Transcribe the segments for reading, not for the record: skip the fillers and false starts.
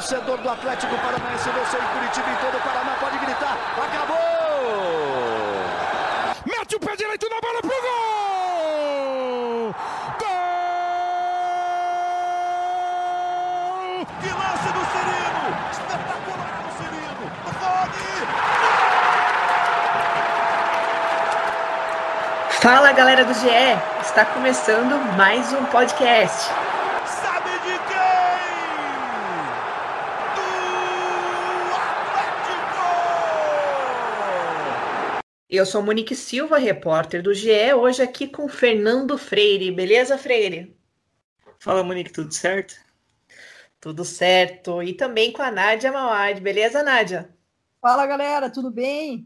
torcedor do Atlético Paranaense, você em Curitiba e todo o Paraná pode gritar, acabou! Mete o pé direito na bola pro gol! Gol! Que lance do Cirino! Espetacular o Cirino! Fala, galera do GE! Está começando mais um podcast. Sabe de quem? Do Atlético! Eu sou Monique Silva, repórter do GE, hoje aqui com Fernando Freire. Beleza, Freire? Fala, Monique, tudo certo? Tudo certo. E também com a Nádia Mauad. Beleza, Nádia? Fala, galera, tudo bem?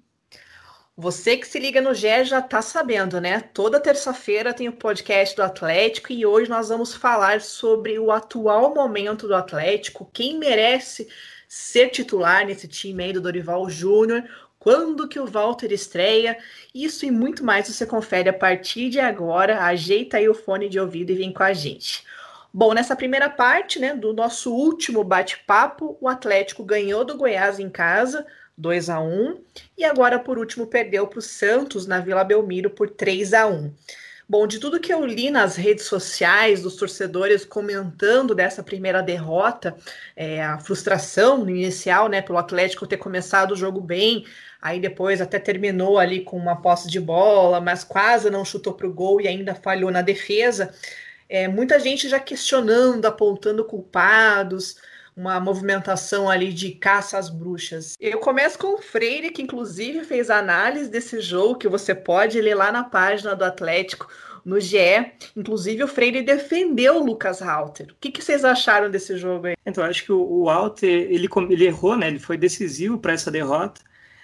Você que se liga no GE já tá sabendo, né? Toda terça-feira tem o podcast do Atlético e hoje nós vamos falar sobre o atual momento do Atlético, quem merece ser titular nesse time aí do Dorival Júnior, quando que o Walter estreia, isso e muito mais você confere a partir de agora. Ajeita aí o fone de ouvido e vem com a gente. Bom, nessa primeira parte, né, do nosso último bate-papo, o Atlético ganhou do Goiás em casa, 2-1, e agora, por último, perdeu para o Santos na Vila Belmiro por 3-1. Bom, de tudo que eu li nas redes sociais, dos torcedores comentando dessa primeira derrota, a frustração inicial, né, pelo Atlético ter começado o jogo bem, aí depois até terminou ali com uma posse de bola, mas quase não chutou para o gol e ainda falhou na defesa. Muita gente já questionando, apontando culpados, uma movimentação ali de caça às bruxas. Eu começo com o Freire, que inclusive fez análise desse jogo, que você pode ler lá na página do Atlético, no GE. Inclusive o Freire defendeu o Lucas Halter. O que vocês acharam desse jogo aí? Então, eu acho que o Halter, ele errou, né? Ele foi decisivo para essa derrota.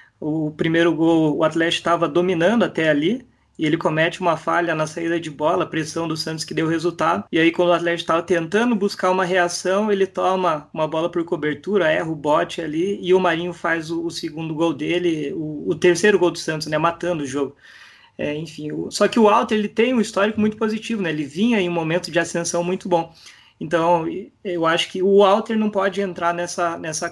O primeiro gol, o Atlético estava dominando até ali, e ele comete uma falha na saída de bola, a pressão do Santos que deu resultado, e aí quando o Atlético estava tentando buscar uma reação, ele toma uma bola por cobertura, erra o bote ali, e o Marinho faz o segundo gol dele, o terceiro gol do Santos, né, matando o jogo. Enfim, só que o Walter, ele tem um histórico muito positivo, né, ele vinha em um momento de ascensão muito bom, então eu acho que o Walter não pode entrar nessa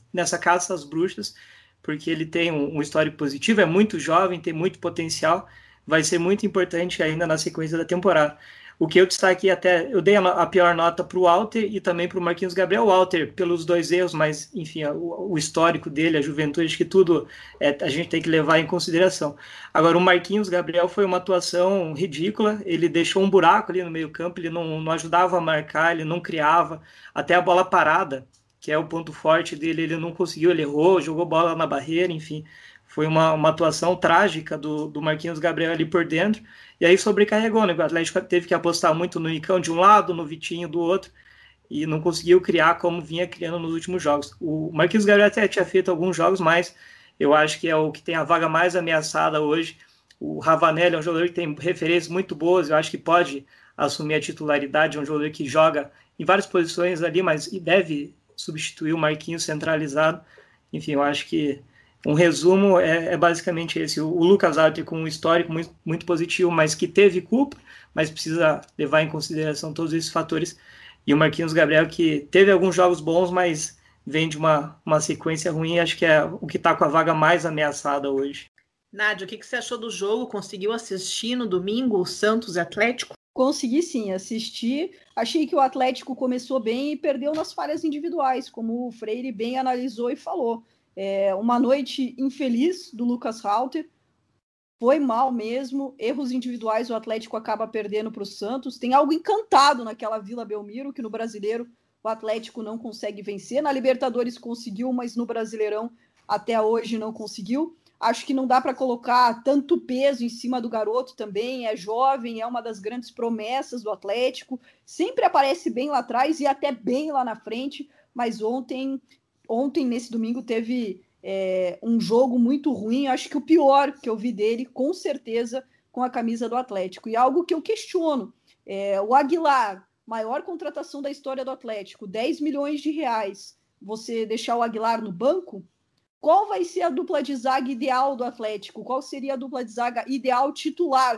caça às bruxas, porque ele tem um histórico positivo, é muito jovem, tem muito potencial, vai ser muito importante ainda na sequência da temporada. O que eu destaquei até, eu dei a pior nota para o Walter e também para o Marquinhos Gabriel. O Walter, pelos dois erros, mas, enfim, o histórico dele, a juventude, acho que tudo a gente tem que levar em consideração. Agora, o Marquinhos Gabriel foi uma atuação ridícula, ele deixou um buraco ali no meio campo, ele não ajudava a marcar, ele não criava, até a bola parada, que é o ponto forte dele, ele não conseguiu, ele errou, jogou bola na barreira, enfim. Foi uma atuação trágica do Marquinhos Gabriel ali por dentro, e aí sobrecarregou, né? O Atlético teve que apostar muito no Nicão de um lado, no Vitinho do outro, e não conseguiu criar como vinha criando nos últimos jogos. O Marquinhos Gabriel até tinha feito alguns jogos, mas eu acho que é o que tem a vaga mais ameaçada hoje. O Ravanelli é um jogador que tem referências muito boas, eu acho que pode assumir a titularidade, é um jogador que joga em várias posições ali, mas deve substituir o Marquinhos centralizado. Enfim, eu acho que um resumo é basicamente esse. O Lucas Halter com um histórico muito, muito positivo, mas que teve culpa, mas precisa levar em consideração todos esses fatores. E o Marquinhos Gabriel, que teve alguns jogos bons, mas vem de uma sequência ruim, acho que é o que está com a vaga mais ameaçada hoje. Nádia, o que você achou do jogo? Conseguiu assistir no domingo o Santos e Atlético? Consegui sim, assistir. Achei que o Atlético começou bem e perdeu nas falhas individuais, como o Freire bem analisou e falou. Uma noite infeliz do Lucas Halter, foi mal mesmo, erros individuais, o Atlético acaba perdendo para o Santos, tem algo encantado naquela Vila Belmiro, que no Brasileiro o Atlético não consegue vencer, na Libertadores conseguiu, mas no Brasileirão até hoje não conseguiu. Acho que não dá para colocar tanto peso em cima do garoto também, é jovem, é uma das grandes promessas do Atlético, sempre aparece bem lá atrás e até bem lá na frente, mas ontem, nesse domingo, teve um jogo muito ruim, acho que o pior que eu vi dele, com certeza, com a camisa do Atlético. E algo que eu questiono, o Aguilar, maior contratação da história do Atlético, 10 milhões de reais, você deixar o Aguilar no banco? Qual vai ser a dupla de zaga ideal do Atlético? Qual seria a dupla de zaga ideal titular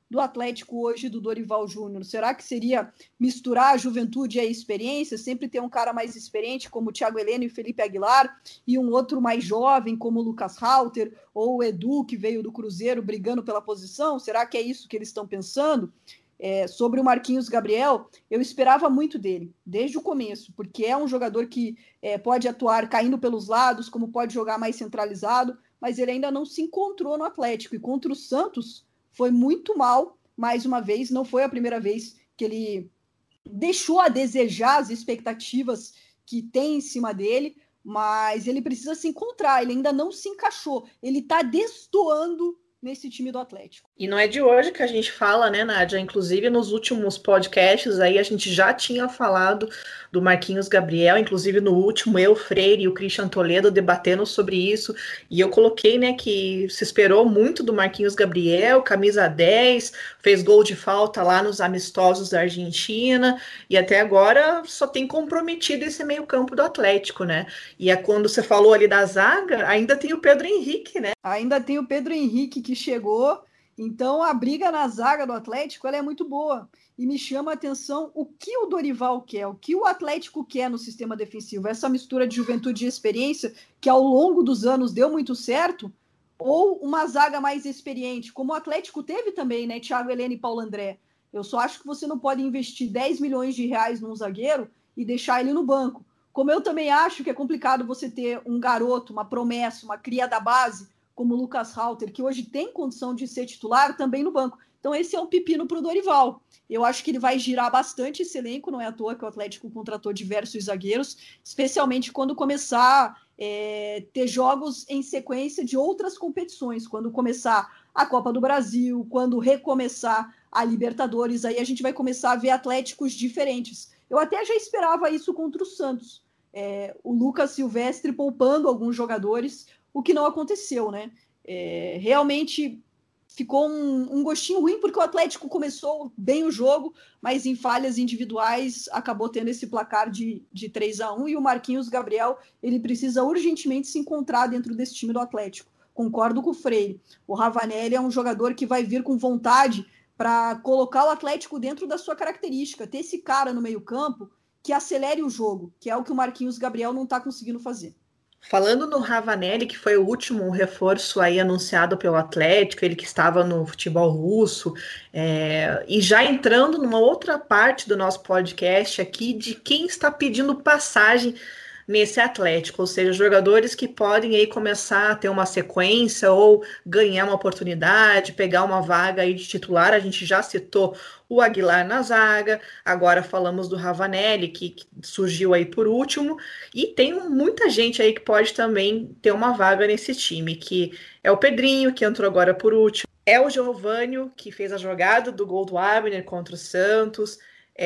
do Atlético hoje do Dorival Júnior? Será que seria misturar a juventude e a experiência, sempre ter um cara mais experiente como o Thiago Heleno e Felipe Aguilar e um outro mais jovem como o Lucas Halter ou o Edu, que veio do Cruzeiro brigando pela posição? Será que é isso que eles estão pensando? Sobre o Marquinhos Gabriel, eu esperava muito dele, desde o começo, porque é um jogador que pode atuar caindo pelos lados, como pode jogar mais centralizado, mas ele ainda não se encontrou no Atlético, e contra o Santos foi muito mal, mais uma vez, não foi a primeira vez que ele deixou a desejar as expectativas que tem em cima dele, mas ele precisa se encontrar, ele ainda não se encaixou, ele está destoando nesse time do Atlético. E não é de hoje que a gente fala, né, Nádia? Inclusive, nos últimos podcasts aí a gente já tinha falado do Marquinhos Gabriel, inclusive no último, eu, Freire e o Christian Toledo debatendo sobre isso, e eu coloquei, né, que se esperou muito do Marquinhos Gabriel, camisa 10, fez gol de falta lá nos amistosos da Argentina, e até agora só tem comprometido esse meio campo do Atlético, né? E quando você falou ali da zaga, ainda tem o Pedro Henrique, né? Ainda tem o Pedro Henrique que chegou, então a briga na zaga do Atlético ela é muito boa. E me chama a atenção o que o Dorival quer, o que o Atlético quer no sistema defensivo. Essa mistura de juventude e experiência, que ao longo dos anos deu muito certo, ou uma zaga mais experiente, como o Atlético teve também, né? Thiago Heleno e Paulo André. Eu só acho que você não pode investir 10 milhões de reais num zagueiro e deixar ele no banco. Como eu também acho que é complicado você ter um garoto, uma promessa, uma cria da base, como o Lucas Halter, que hoje tem condição de ser titular, também no banco. Então esse é um pepino para o Dorival. Eu acho que ele vai girar bastante esse elenco, não é à toa que o Atlético contratou diversos zagueiros, especialmente quando começar a ter jogos em sequência de outras competições, quando começar a Copa do Brasil, quando recomeçar a Libertadores, aí a gente vai começar a ver Atléticos diferentes. Eu até já esperava isso contra o Santos. O Lucas Silvestre poupando alguns jogadores, o que não aconteceu, né? Realmente ficou um gostinho ruim, porque o Atlético começou bem o jogo, mas em falhas individuais acabou tendo esse placar de 3-1, e o Marquinhos Gabriel, ele precisa urgentemente se encontrar dentro desse time do Atlético. Concordo com o Freire. O Ravanelli é um jogador que vai vir com vontade para colocar o Atlético dentro da sua característica, ter esse cara no meio-campo que acelere o jogo, que é o que o Marquinhos Gabriel não está conseguindo fazer. Falando no Ravanelli, que foi o último reforço aí anunciado pelo Atlético, ele que estava no futebol russo, e já entrando numa outra parte do nosso podcast aqui, de quem está pedindo passagem nesse Atlético, ou seja, jogadores que podem aí começar a ter uma sequência ou ganhar uma oportunidade, pegar uma vaga aí de titular. A gente já citou o Aguilar na zaga, agora falamos do Ravanelli, que surgiu aí por último, e tem muita gente aí que pode também ter uma vaga nesse time, que é o Pedrinho, que entrou agora por último, é o Geovânio, que fez a jogada do gol do Abner contra o Santos,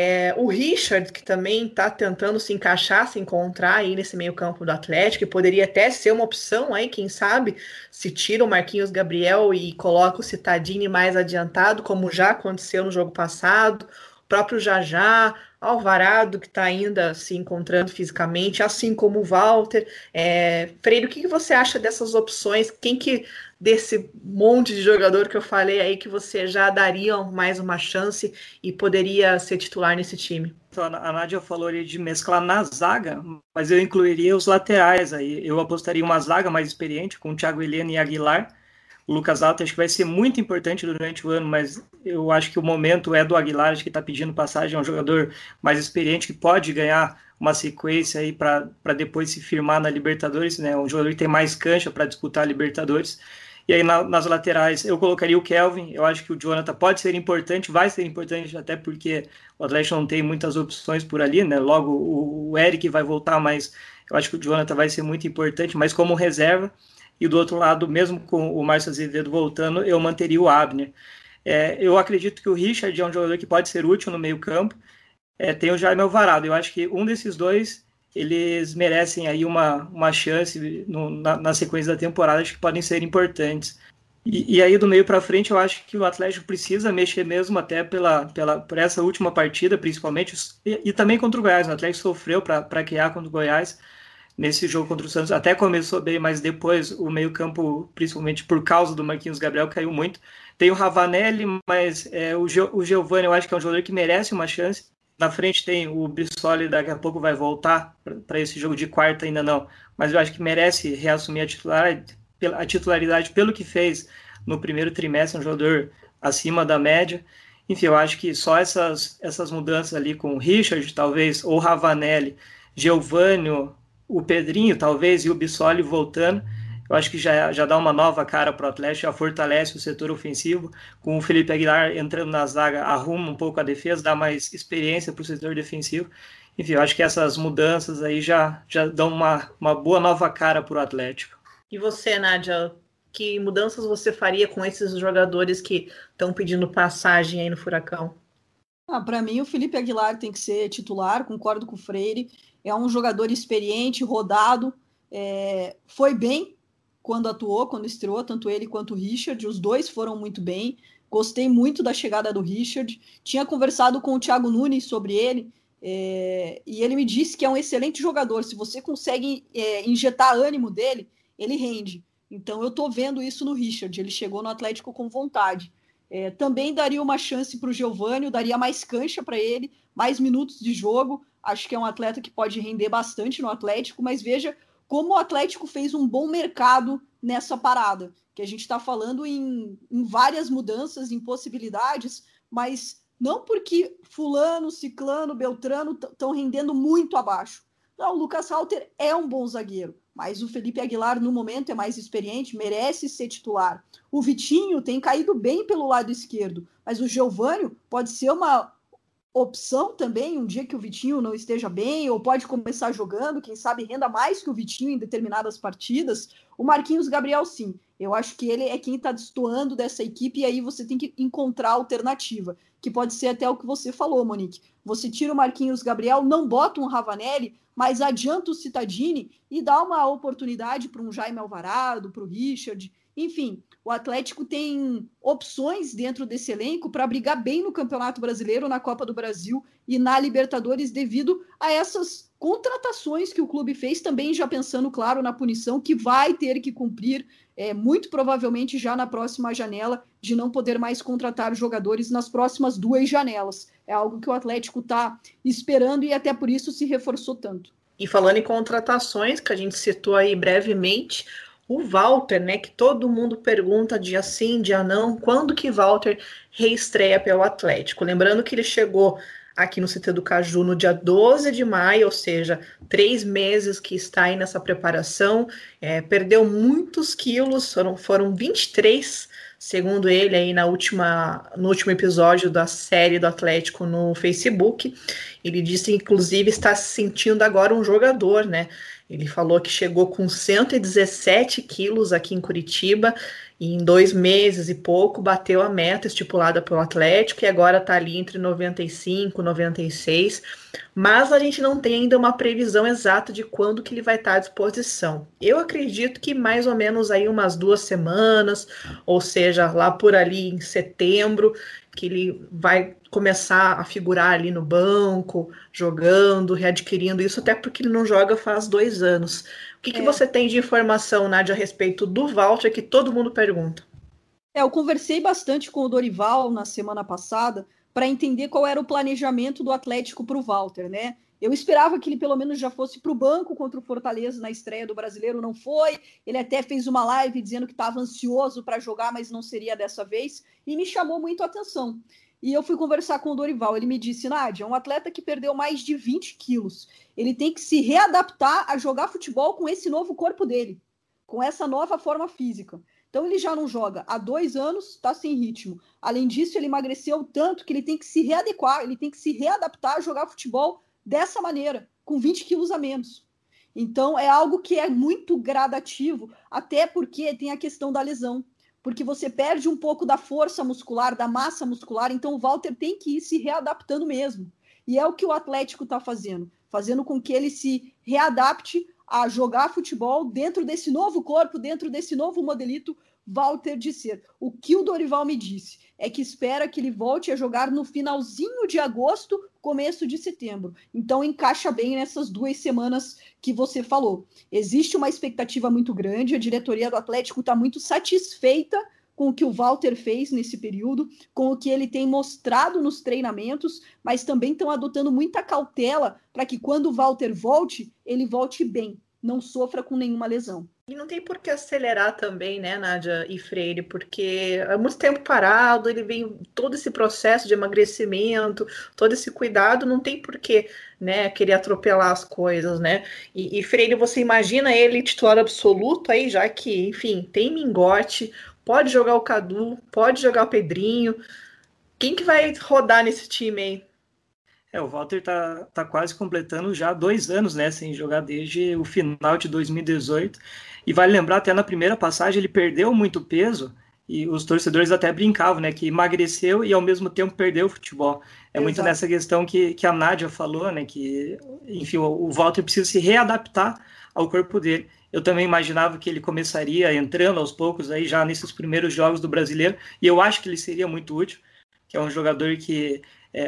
o Richard, que também está tentando se encaixar, se encontrar aí nesse meio campo do Atlético, e poderia até ser uma opção aí, quem sabe, se tira o Marquinhos Gabriel e coloca o Cittadini mais adiantado, como já aconteceu no jogo passado, o próprio Jajá, Alvarado, que está ainda se encontrando fisicamente, assim como o Walter. Freire, o que você acha dessas opções? Quem que, desse monte de jogador que eu falei aí, que você já daria mais uma chance e poderia ser titular nesse time? A Nádia falou ali de mesclar na zaga, mas eu incluiria os laterais aí. Eu apostaria uma zaga mais experiente, com o Thiago Heleno e Aguilar. O Lucas Halter acho que vai ser muito importante durante o ano, mas eu acho que o momento é do Aguilar, acho que está pedindo passagem, é um jogador mais experiente que pode ganhar uma sequência aí para depois se firmar na Libertadores, né? Um jogador que tem mais cancha para disputar a Libertadores. E aí nas laterais eu colocaria o Kelvin. Eu acho que o Jonathan pode ser importante, vai ser importante, até porque o Atlético não tem muitas opções por ali, né? Logo o Eric vai voltar, mas eu acho que o Jonathan vai ser muito importante, mas como reserva. E do outro lado, mesmo com o Márcio Azevedo voltando, eu manteria o Abner. Eu acredito que o Richard é um jogador que pode ser útil no meio campo. Tem o Jaime Alvarado. Eu acho que um desses dois, eles merecem aí uma chance na sequência da temporada, acho que podem ser importantes. E aí do meio para frente, eu acho que o Atlético precisa mexer mesmo, até por essa última partida, principalmente, e também contra o Goiás. O Atlético sofreu para criar contra o Goiás. nesse jogo contra o Santos. Até começou bem, mas depois o meio-campo, principalmente por causa do Marquinhos Gabriel, caiu muito. Tem o Ravanelli, mas o Giovani eu acho que é um jogador que merece uma chance. Na frente tem o Bissoli, daqui a pouco vai voltar para esse jogo de quarta, ainda não. Mas eu acho que merece reassumir a titularidade pelo que fez no primeiro trimestre, um jogador acima da média. Enfim, eu acho que só essas mudanças ali com o Richard, talvez, ou Ravanelli, Giovani, o Pedrinho, talvez, e o Bissoli voltando, eu acho que já dá uma nova cara para o Atlético, já fortalece o setor ofensivo. Com o Felipe Aguilar entrando na zaga, arruma um pouco a defesa, dá mais experiência para o setor defensivo. Enfim, eu acho que essas mudanças aí já dão uma boa nova cara para o Atlético. E você, Nádia, que mudanças você faria com esses jogadores que estão pedindo passagem aí no Furacão? Para mim, o Felipe Aguilar tem que ser titular, concordo com o Freire. É um jogador experiente, rodado, foi bem quando atuou, quando estreou, tanto ele quanto o Richard, os dois foram muito bem. Gostei muito da chegada do Richard. Tinha conversado com o Thiago Nunes sobre ele, e ele me disse que é um excelente jogador. Se você consegue injetar ânimo dele, ele rende. Então eu estou vendo isso no Richard. Ele chegou no Atlético com vontade. Também daria uma chance para o Giovani, daria mais cancha para ele, mais minutos de jogo. Acho que é um atleta que pode render bastante no Atlético, mas veja como o Atlético fez um bom mercado nessa parada, que a gente está falando em várias mudanças, em possibilidades, mas não porque fulano, ciclano, beltrano estão rendendo muito abaixo. Não, o Lucas Halter é um bom zagueiro, mas o Felipe Aguilar, no momento, é mais experiente, merece ser titular. O Vitinho tem caído bem pelo lado esquerdo, mas o Giovani pode ser uma opção também, um dia que o Vitinho não esteja bem, ou pode começar jogando, quem sabe renda mais que o Vitinho em determinadas partidas. O Marquinhos Gabriel, sim. Eu acho que ele é quem está destoando dessa equipe, e aí você tem que encontrar alternativa, que pode ser até o que você falou, Monique. Você tira o Marquinhos Gabriel, não bota um Ravanelli, mas adianta o Cittadini e dá uma oportunidade para um Jaime Alvarado, para o Richard. Enfim, o Atlético tem opções dentro desse elenco para brigar bem no Campeonato Brasileiro, na Copa do Brasil e na Libertadores, devido a essas contratações que o clube fez, também já pensando, claro, na punição que vai ter que cumprir, muito provavelmente já na próxima janela, de não poder mais contratar jogadores nas próximas 2 janelas. É algo que o Atlético está esperando e até por isso se reforçou tanto. E falando em contratações, que a gente citou aí brevemente, o Walter, né, que todo mundo pergunta dia sim, dia não, quando que Walter reestreia pelo Atlético? Lembrando que ele chegou aqui no CT do Caju no dia 12 de maio, ou seja, 3 meses que está aí nessa preparação, perdeu muitos quilos, foram 23, segundo ele aí no último episódio da série do Atlético no Facebook. Ele disse que inclusive está se sentindo agora um jogador, né? Ele falou que chegou com 117 quilos aqui em Curitiba e em 2 meses e pouco bateu a meta estipulada pelo Atlético e agora está ali entre 95 e 96. Mas a gente não tem ainda uma previsão exata de quando que ele vai estar à disposição. Eu acredito que mais ou menos aí umas 2 semanas, ou seja, lá por ali em setembro, que ele vai começar a figurar ali no banco, jogando, readquirindo isso, até porque ele não joga faz 2 anos. O que você tem de informação, Nádia, a respeito do Walter, que todo mundo pergunta? Eu conversei bastante com o Dorival na semana passada para entender qual era o planejamento do Atlético para o Walter, né? Eu esperava que ele pelo menos já fosse para o banco contra o Fortaleza na estreia do Brasileiro, não foi. Ele até fez uma live dizendo que estava ansioso para jogar, mas não seria dessa vez, e me chamou muito a atenção. E eu fui conversar com o Dorival, ele me disse, Nádia, é um atleta que perdeu mais de 20 quilos. Ele tem que se readaptar a jogar futebol com esse novo corpo dele, com essa nova forma física. Então ele já não joga há 2 anos, está sem ritmo. Além disso, ele emagreceu tanto que ele tem que se readequar, ele tem que se readaptar a jogar futebol dessa maneira, com 20 quilos a menos. Então é algo que é muito gradativo, até porque tem a questão da lesão. Porque você perde um pouco da força muscular, da massa muscular, então o Walter tem que ir se readaptando mesmo. E é o que o Atlético está fazendo com que ele se readapte a jogar futebol dentro desse novo corpo, dentro desse novo modelito Walter de ser. O que o Dorival me disse é que espera que ele volte a jogar no finalzinho de agosto começo de setembro. Então encaixa bem nessas 2 semanas que você falou. Existe uma expectativa muito grande, a diretoria do Atlético está muito satisfeita com o que o Walter fez nesse período, com o que ele tem mostrado nos treinamentos, mas também estão adotando muita cautela para que quando o Walter volte, ele volte bem, não sofra com nenhuma lesão. E não tem por que acelerar também, né, Nádia e Freire, porque há muito tempo parado, ele vem todo esse processo de emagrecimento, todo esse cuidado, não tem por que, né, querer atropelar as coisas, né? E Freire, você imagina ele titular absoluto aí, já que, enfim, tem Mingote, pode jogar o Cadu, pode jogar o Pedrinho. Quem que vai rodar nesse time aí? O Walter tá quase completando já 2 anos, né, sem jogar desde o final de 2018. E vale lembrar, até na primeira passagem ele perdeu muito peso e os torcedores até brincavam, né, que emagreceu e ao mesmo tempo perdeu o futebol. Exato. Muito nessa questão que a Nádia falou, né, que, enfim, o Walter precisa se readaptar ao corpo dele. Eu também imaginava que ele começaria entrando aos poucos aí já nesses primeiros jogos do Brasileiro, e eu acho que ele seria muito útil, que é um jogador que,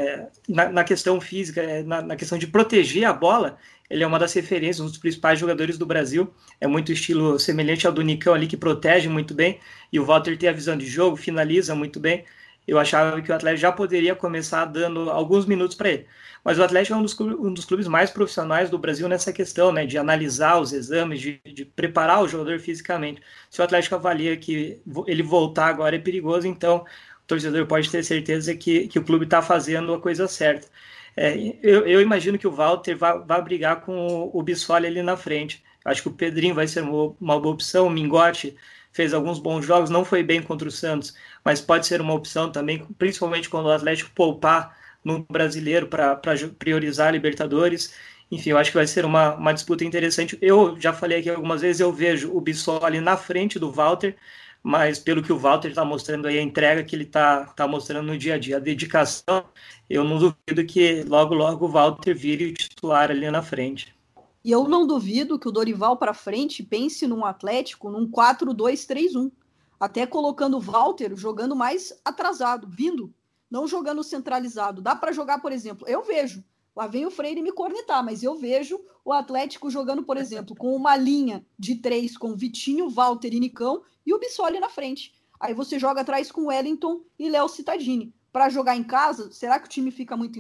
na questão física, na questão de proteger a bola, ele é uma das referências, um dos principais jogadores do Brasil, é muito estilo semelhante ao do Nicão ali, que protege muito bem, e o Walter tem a visão de jogo, finaliza muito bem. Eu achava que o Atlético já poderia começar dando alguns minutos para ele. Mas o Atlético é um dos clubes mais profissionais do Brasil nessa questão, né, de analisar os exames, de preparar o jogador fisicamente. Se o Atlético avalia que ele voltar agora é perigoso, então o torcedor pode ter certeza que o clube está fazendo a coisa certa. Eu imagino que o Walter vai brigar com o Bissoli ali na frente. Acho que o Pedrinho vai ser uma boa opção, o Mingote fez alguns bons jogos, não foi bem contra o Santos, mas pode ser uma opção também, principalmente quando o Atlético poupar no Brasileiro para priorizar a Libertadores. Enfim, eu acho que vai ser uma disputa interessante. Eu já falei aqui algumas vezes, eu vejo o Bissoli na frente do Walter, mas pelo que o Walter está mostrando aí, a entrega que ele está mostrando no dia a dia, a dedicação, eu não duvido que logo o Walter vire o titular ali na frente. E eu não duvido que o Dorival para frente pense num Atlético, num 4-2-3-1. Até colocando o Walter jogando mais atrasado, vindo, não jogando centralizado. Dá para jogar, por exemplo, eu vejo, lá vem o Freire me cornetar, mas eu vejo o Atlético jogando, por exemplo, com uma linha de 3 com Vitinho, Walter e Nicão e o Bissoli na frente. Aí você joga atrás com Wellington e Léo Cittadini. Para jogar em casa, será que o time fica muito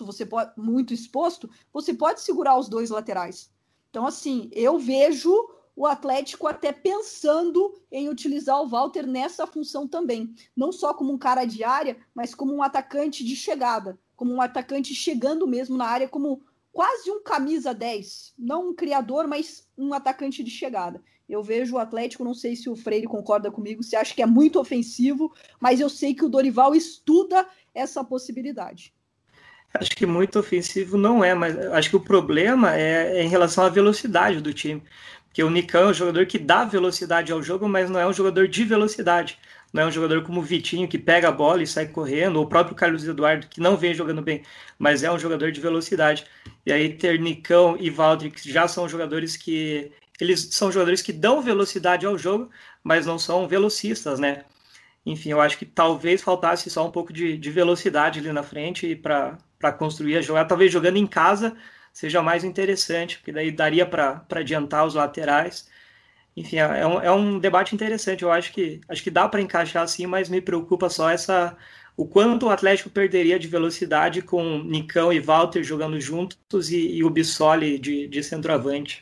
exposto? Você pode segurar os 2 laterais. Então, assim, eu vejo o Atlético até pensando em utilizar o Walter nessa função também. Não só como um cara de área, mas como um atacante de chegada. Como um atacante chegando mesmo na área, como quase um camisa 10. Não um criador, mas um atacante de chegada. Eu vejo o Atlético, não sei se o Freire concorda comigo, se acha que é muito ofensivo, mas eu sei que o Dorival estuda essa possibilidade. Acho que muito ofensivo não é, mas acho que o problema é em relação à velocidade do time. Porque o Nicão é um jogador que dá velocidade ao jogo, mas não é um jogador de velocidade. Não é um jogador como o Vitinho, que pega a bola e sai correndo, ou o próprio Carlos Eduardo, que não vem jogando bem, mas é um jogador de velocidade. E aí ter Nicão e Walter, que já são jogadores que... Eles são jogadores que dão velocidade ao jogo, mas não são velocistas, né? Enfim, eu acho que talvez faltasse só um pouco de velocidade ali na frente para construir a jogada. Talvez jogando em casa seja mais interessante, porque daí daria para adiantar os laterais. Enfim, é um debate interessante. Eu acho que dá para encaixar assim, mas me preocupa só o quanto o Atlético perderia de velocidade com Nicão e Walter jogando juntos e o Bissoli de centroavante.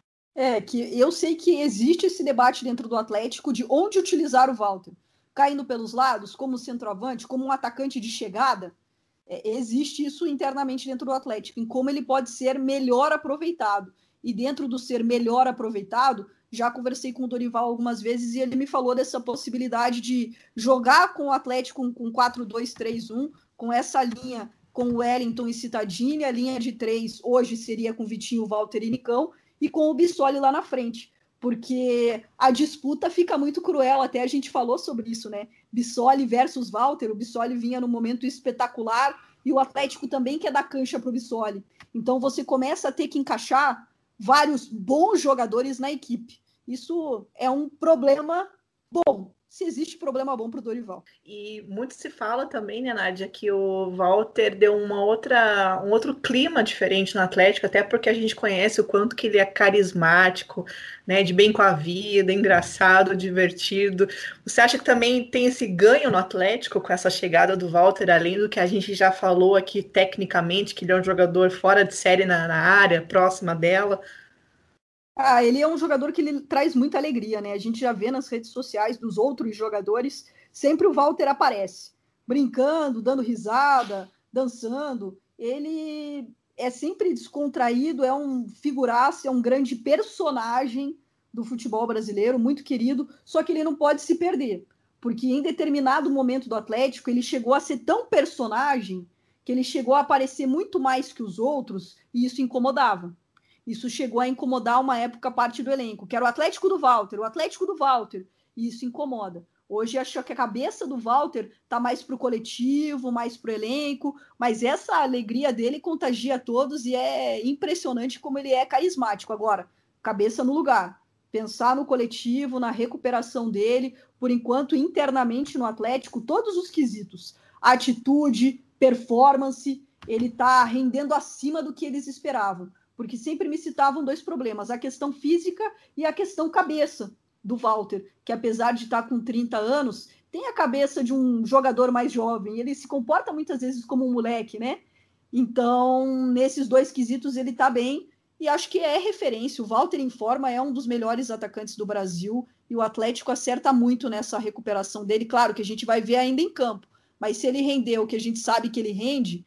Que eu sei que existe esse debate dentro do Atlético de onde utilizar o Walter. Caindo pelos lados, como centroavante, como um atacante de chegada. Existe isso internamente dentro do Atlético, em como ele pode ser melhor aproveitado. E dentro do ser melhor aproveitado, já conversei com o Dorival algumas vezes e ele me falou dessa possibilidade de jogar com o Atlético com 4-2-3-1, com essa linha com o Wellington e Cittadini, a linha de 3 hoje seria com Vitinho, Walter e Nicão, e com o Bissoli lá na frente. Porque a disputa fica muito cruel, até a gente falou sobre isso, né? Bissoli versus Walter, o Bissoli vinha num momento espetacular e o Atlético também quer dar cancha para o Bissoli. Então você começa a ter que encaixar vários bons jogadores na equipe. Isso é um problema bom, se existe problema bom para o Dorival. E muito se fala também, né, Nádia, que o Walter deu um outro clima diferente no Atlético, até porque a gente conhece o quanto que ele é carismático, né, de bem com a vida, engraçado, divertido. Você acha que também tem esse ganho no Atlético com essa chegada do Walter, além do que a gente já falou aqui tecnicamente, que ele é um jogador fora de série na área, próxima dela? Ele é um jogador que ele traz muita alegria, né? A gente já vê nas redes sociais dos outros jogadores, sempre o Walter aparece, brincando, dando risada, dançando. Ele é sempre descontraído, é um figuraça, é um grande personagem do futebol brasileiro, muito querido, só que ele não pode se perder, porque em determinado momento do Atlético, ele chegou a ser tão personagem que ele chegou a aparecer muito mais que os outros, e isso incomodava. Isso chegou a incomodar uma época parte do elenco, que era o Atlético do Walter, e isso incomoda. Hoje acho que a cabeça do Walter está mais para o coletivo, mais para o elenco, mas essa alegria dele contagia todos e é impressionante como ele é carismático. Agora, cabeça no lugar, pensar no coletivo, na recuperação dele, por enquanto internamente no Atlético, todos os quesitos, atitude, performance, ele está rendendo acima do que eles esperavam. Porque sempre me citavam dois problemas, a questão física e a questão cabeça do Walter, que apesar de estar com 30 anos, tem a cabeça de um jogador mais jovem, ele se comporta muitas vezes como um moleque, né? Então, nesses dois quesitos ele está bem, e acho que é referência, o Walter em forma é um dos melhores atacantes do Brasil, e o Atlético acerta muito nessa recuperação dele, claro que a gente vai ver ainda em campo, mas se ele render o que a gente sabe que ele rende,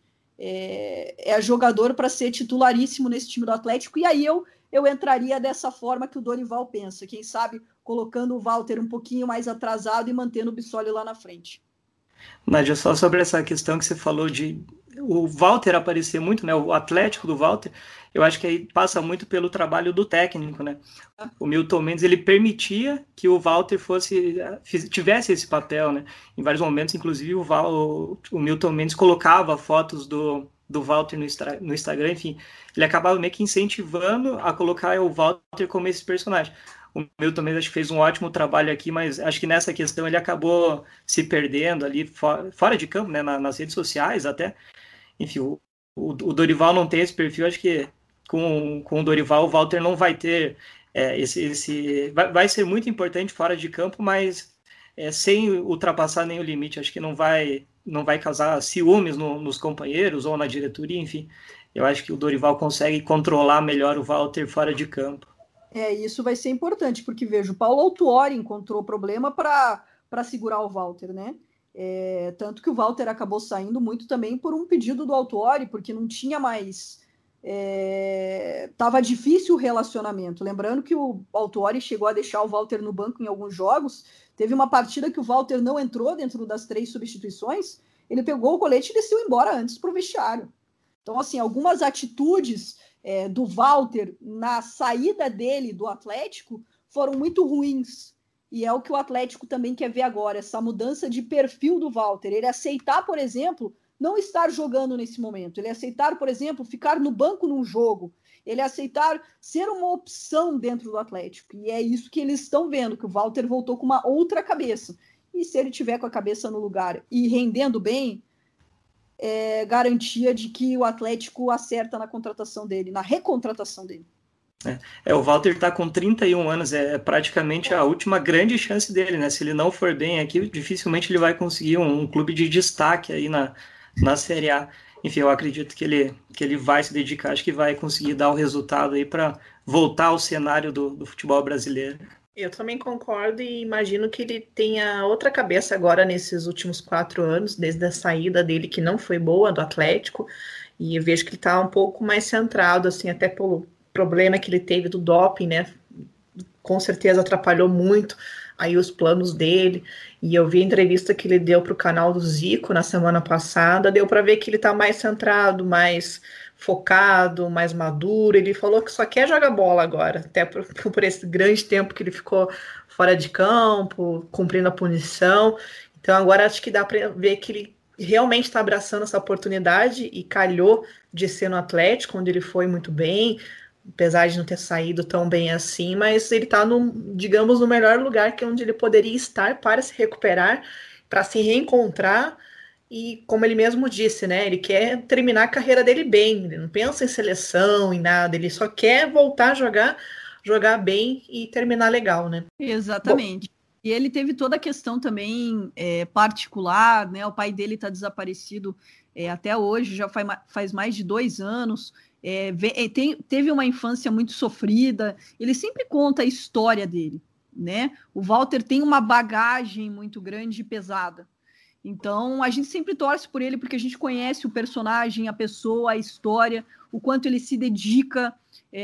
é jogador para ser titularíssimo nesse time do Atlético, e aí eu entraria dessa forma que o Dorival pensa, quem sabe colocando o Walter um pouquinho mais atrasado e mantendo o Bissoli lá na frente. Nádia, só sobre essa questão que você falou de o Walter aparecer muito, né, o Atlético do Walter, eu acho que aí passa muito pelo trabalho do técnico, né? O Milton Mendes, ele permitia que o Walter tivesse esse papel, né? Em vários momentos, inclusive, o Milton Mendes colocava fotos do Walter no Instagram, enfim, ele acabava meio que incentivando a colocar o Walter como esse personagem. O Milton Mendes acho que fez um ótimo trabalho aqui, mas acho que nessa questão ele acabou se perdendo ali fora de campo, né, nas redes sociais até. Enfim, o Dorival não tem esse perfil, acho que com o Dorival o Walter não vai ter vai ser muito importante fora de campo, mas sem ultrapassar nenhum limite, acho que não vai causar ciúmes nos companheiros ou na diretoria, enfim. Eu acho que o Dorival consegue controlar melhor o Walter fora de campo. Isso vai ser importante, porque vejo, o Paulo Autuori encontrou problema para segurar o Walter, né? Tanto que o Walter acabou saindo muito também por um pedido do Autuori, porque não tinha mais... Tava difícil o relacionamento. Lembrando que o Autuori chegou a deixar o Walter no banco em alguns jogos. Teve uma partida que o Walter não entrou dentro das 3 substituições. Ele pegou o colete e desceu embora antes para o vestiário. Então, assim, algumas atitudes do Walter na saída dele do Atlético foram muito ruins. E é o que o Atlético também quer ver agora, essa mudança de perfil do Walter. Ele aceitar, por exemplo, não estar jogando nesse momento. Ele aceitar, por exemplo, ficar no banco num jogo. Ele aceitar ser uma opção dentro do Atlético. E é isso que eles estão vendo, que o Walter voltou com uma outra cabeça. E se ele tiver com a cabeça no lugar e rendendo bem, é garantia de que o Atlético acerta na contratação dele, na recontratação dele. O Walter está com 31 anos, é praticamente a última grande chance dele, né? Se ele não for bem aqui, dificilmente ele vai conseguir um clube de destaque aí na Série A. Enfim, eu acredito que ele vai se dedicar, acho que vai conseguir dar o resultado aí para voltar ao cenário do futebol brasileiro. Eu também concordo e imagino que ele tenha outra cabeça agora nesses últimos 4 anos, desde a saída dele, que não foi boa, do Atlético, e eu vejo que ele está um pouco mais centrado, assim, até pelo problema que ele teve do doping, né? Com certeza atrapalhou muito aí os planos dele, e eu vi a entrevista que ele deu para o canal do Zico na semana passada, deu para ver que ele está mais centrado, mais focado, mais maduro. Ele falou que só quer jogar bola agora, até por esse grande tempo que ele ficou fora de campo, cumprindo a punição. Então agora acho que dá para ver que ele realmente está abraçando essa oportunidade e calhou de ser no Atlético, onde ele foi muito bem, apesar de não ter saído tão bem assim, mas ele está, digamos, no melhor lugar que é onde ele poderia estar para se recuperar, para se reencontrar, e como ele mesmo disse, né, ele quer terminar a carreira dele bem, ele não pensa em seleção, em nada, ele só quer voltar a jogar bem e terminar legal, né? Exatamente. Bom, e ele teve toda a questão também particular, né, o pai dele está desaparecido até hoje, já faz mais de 2 anos, teve uma infância muito sofrida, ele sempre conta a história dele, né? O Walter tem uma bagagem muito grande e pesada, então a gente sempre torce por ele porque a gente conhece o personagem, a pessoa, a história, o quanto ele se dedica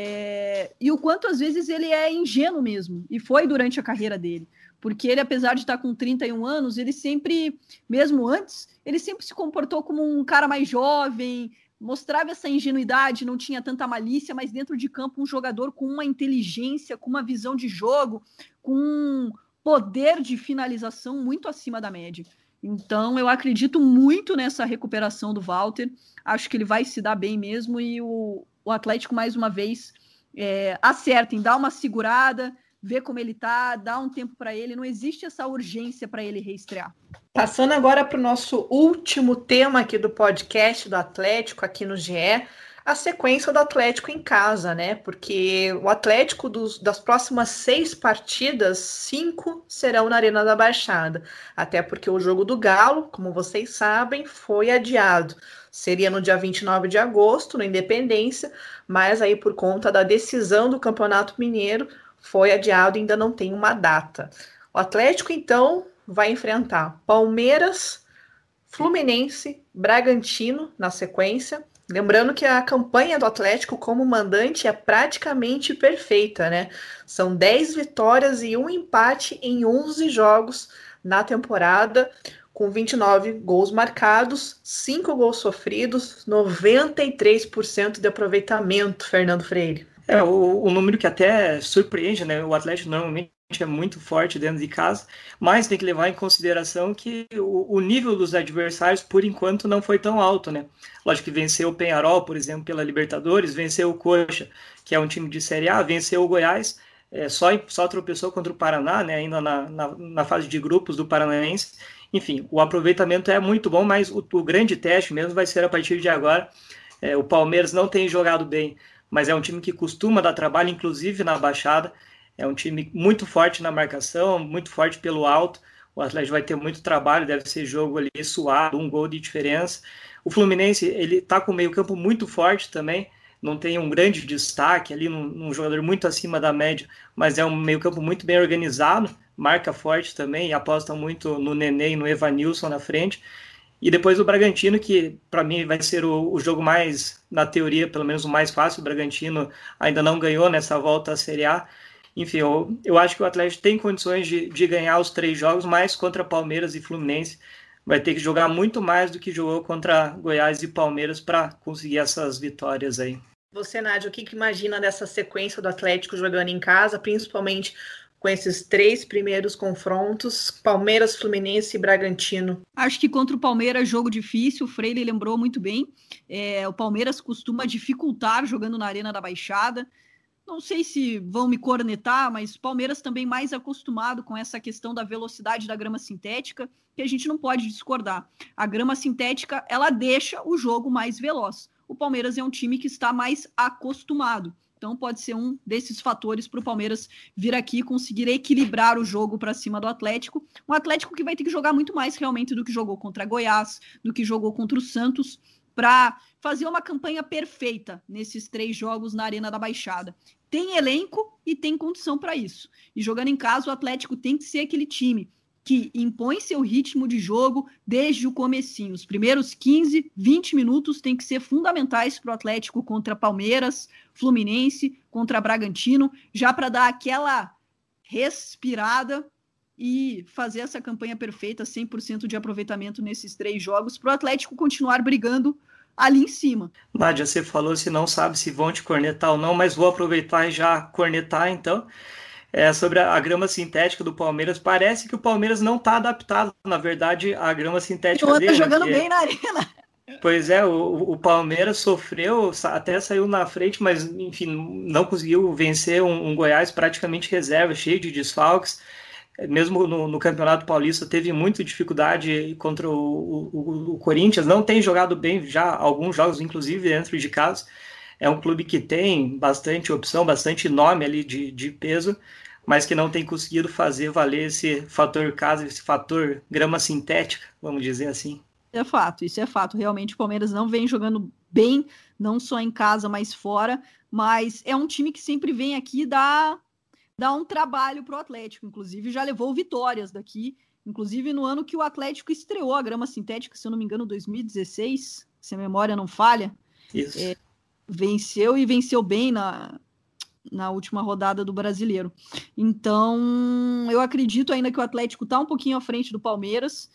e o quanto às vezes ele é ingênuo mesmo, e foi durante a carreira dele, porque ele, apesar de estar com 31 anos, ele sempre, mesmo antes, ele sempre se comportou como um cara mais jovem, mostrava essa ingenuidade, não tinha tanta malícia, mas dentro de campo um jogador com uma inteligência, com uma visão de jogo, com um poder de finalização muito acima da média. Então eu acredito muito nessa recuperação do Walter, acho que ele vai se dar bem mesmo, e o Atlético mais uma vez acerta em dar uma segurada, ver como ele tá, dar um tempo para ele, não existe essa urgência para ele reestrear. Passando agora para o nosso último tema aqui do podcast do Atlético, aqui no GE, a sequência do Atlético em casa, né? Porque o Atlético das próximas 6 partidas, 5 serão na Arena da Baixada. Até porque o jogo do Galo, como vocês sabem, foi adiado. Seria no dia 29 de agosto, na Independência, mas aí por conta da decisão do Campeonato Mineiro, foi adiado e ainda não tem uma data. O Atlético, então, vai enfrentar Palmeiras, Fluminense, Bragantino na sequência. Lembrando que a campanha do Atlético como mandante é praticamente perfeita, né? São 10 vitórias e 1 empate em 11 jogos na temporada, com 29 gols marcados, 5 gols sofridos, 93% de aproveitamento, Fernando Freire. O número que até surpreende, né? O Atlético normalmente é muito forte dentro de casa, mas tem que levar em consideração que o nível dos adversários, por enquanto, não foi tão alto, né? Lógico que venceu o Peñarol, por exemplo, pela Libertadores, venceu o Coxa, que é um time de Série A, venceu o Goiás, só tropeçou contra o Paraná, né? Ainda na fase de grupos do Paranaense. Enfim, o aproveitamento é muito bom, mas o grande teste mesmo vai ser a partir de agora. O Palmeiras não tem jogado bem, mas é um time que costuma dar trabalho, inclusive na Baixada. É um time muito forte na marcação, muito forte pelo alto. O Atlético vai ter muito trabalho, deve ser jogo ali suado, 1 gol de diferença. O Fluminense, ele está com o meio-campo muito forte também, não tem um grande destaque ali, um jogador muito acima da média, mas é um meio-campo muito bem organizado, marca forte também, e aposta muito no Nenê e no Evanilson na frente. E depois o Bragantino, que para mim vai ser o jogo mais, na teoria, pelo menos o mais fácil. O Bragantino ainda não ganhou nessa volta à Série A. Enfim, eu acho que o Atlético tem condições de ganhar os 3 jogos, mas contra Palmeiras e Fluminense vai ter que jogar muito mais do que jogou contra Goiás e Palmeiras para conseguir essas vitórias aí. Você, Nádia, o que imagina dessa sequência do Atlético jogando em casa, principalmente com esses 3 primeiros confrontos, Palmeiras, Fluminense e Bragantino? Acho que contra o Palmeiras, jogo difícil, o Freire lembrou muito bem. O Palmeiras costuma dificultar jogando na Arena da Baixada. Não sei se vão me cornetar, mas o Palmeiras também mais acostumado com essa questão da velocidade da grama sintética, que a gente não pode discordar. A grama sintética, ela deixa o jogo mais veloz. O Palmeiras é um time que está mais acostumado. Então pode ser um desses fatores para o Palmeiras vir aqui e conseguir equilibrar o jogo para cima do Atlético. Um Atlético que vai ter que jogar muito mais realmente do que jogou contra Goiás, do que jogou contra o Santos, para fazer uma campanha perfeita nesses 3 jogos na Arena da Baixada. Tem elenco e tem condição para isso. E jogando em casa, o Atlético tem que ser aquele time que impõe seu ritmo de jogo desde o comecinho. Os primeiros 15, 20 minutos tem que ser fundamentais para o Atlético contra Palmeiras, Fluminense, contra Bragantino, já para dar aquela respirada e fazer essa campanha perfeita, 100% de aproveitamento nesses 3 jogos, para o Atlético continuar brigando ali em cima. Nádia, você falou se não sabe se vão te cornetar ou não, mas vou aproveitar e já cornetar então. Sobre a grama sintética do Palmeiras, parece que o Palmeiras não está adaptado, na verdade, à grama sintética dele. Jogando bem na Arena. Pois é, o Palmeiras sofreu, até saiu na frente, mas enfim, não conseguiu vencer um Goiás praticamente reserva, cheio de desfalques. Mesmo no Campeonato Paulista teve muita dificuldade contra o Corinthians, não tem jogado bem já alguns jogos, inclusive dentro de casa. É um clube que tem bastante opção, bastante nome ali de peso, mas que não tem conseguido fazer valer esse fator casa, esse fator grama sintética, vamos dizer assim. É fato, isso é fato. Realmente o Palmeiras não vem jogando bem, não só em casa, mas fora. Mas é um time que sempre vem aqui dar um trabalho para o Atlético. Inclusive já levou vitórias daqui. Inclusive no ano que o Atlético estreou a grama sintética, se eu não me engano, 2016, se a memória não falha. Isso. Venceu e venceu bem na última rodada do Brasileiro. Então, eu acredito ainda que o Atlético está um pouquinho à frente do Palmeiras,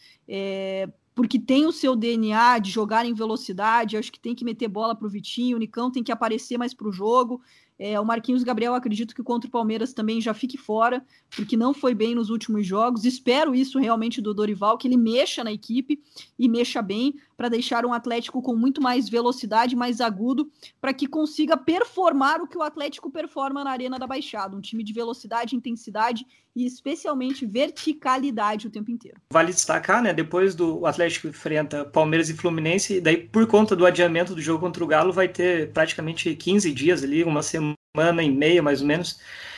porque tem o seu DNA de jogar em velocidade, acho que tem que meter bola para o Vitinho, o Nicão tem que aparecer mais para o jogo. O Marquinhos Gabriel, acredito que contra o Palmeiras também já fique fora, porque não foi bem nos últimos jogos. Espero isso realmente do Dorival, que ele mexa na equipe e mexa bem, para deixar um Atlético com muito mais velocidade, mais agudo, para que consiga performar o que o Atlético performa na Arena da Baixada, um time de velocidade, intensidade e especialmente verticalidade o tempo inteiro. Vale destacar, né, depois do Atlético enfrenta Palmeiras e Fluminense, daí por conta do adiamento do jogo contra o Galo vai ter praticamente 15 dias ali, uma semana e meia mais ou menos,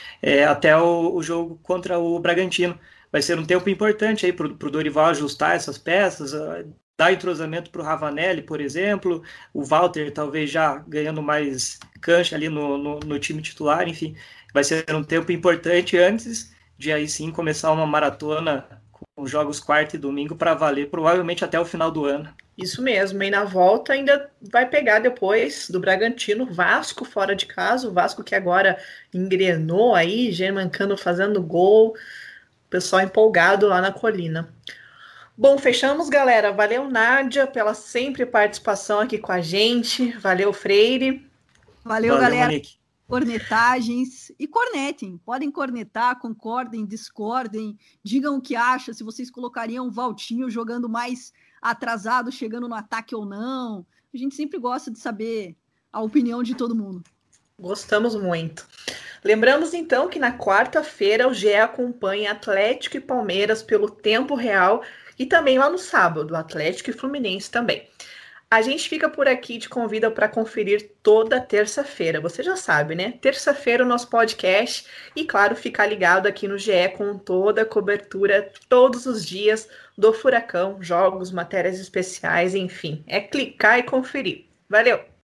até o jogo contra o Bragantino. Vai ser um tempo importante aí para o Dorival ajustar essas peças, dar entrosamento para o Ravanelli, por exemplo, o Walter talvez já ganhando mais cancha ali no time titular, enfim, vai ser um tempo importante antes de aí sim começar uma maratona com jogos quarta e domingo para valer, provavelmente até o final do ano. Isso mesmo, e na volta ainda vai pegar depois do Bragantino, Vasco fora de casa, o Vasco que agora engrenou aí, Germancano fazendo gol, o pessoal empolgado lá na Colina. Bom, fechamos, galera. Valeu, Nádia, pela sempre participação aqui com a gente. Valeu, Freire. Valeu galera. Monique. Cornetagens e cornetem. Podem cornetar, concordem, discordem, digam o que acham, se vocês colocariam o Valtinho jogando mais atrasado, chegando no ataque ou não. A gente sempre gosta de saber a opinião de todo mundo. Gostamos muito. Lembramos então que na quarta-feira o GE acompanha Atlético e Palmeiras pelo tempo real e também lá no sábado, Atlético e Fluminense também. A gente fica por aqui e te convida para conferir toda terça-feira. Você já sabe, né? Terça-feira o nosso podcast e, claro, ficar ligado aqui no GE com toda a cobertura todos os dias do Furacão, jogos, matérias especiais, enfim. É clicar e conferir. Valeu!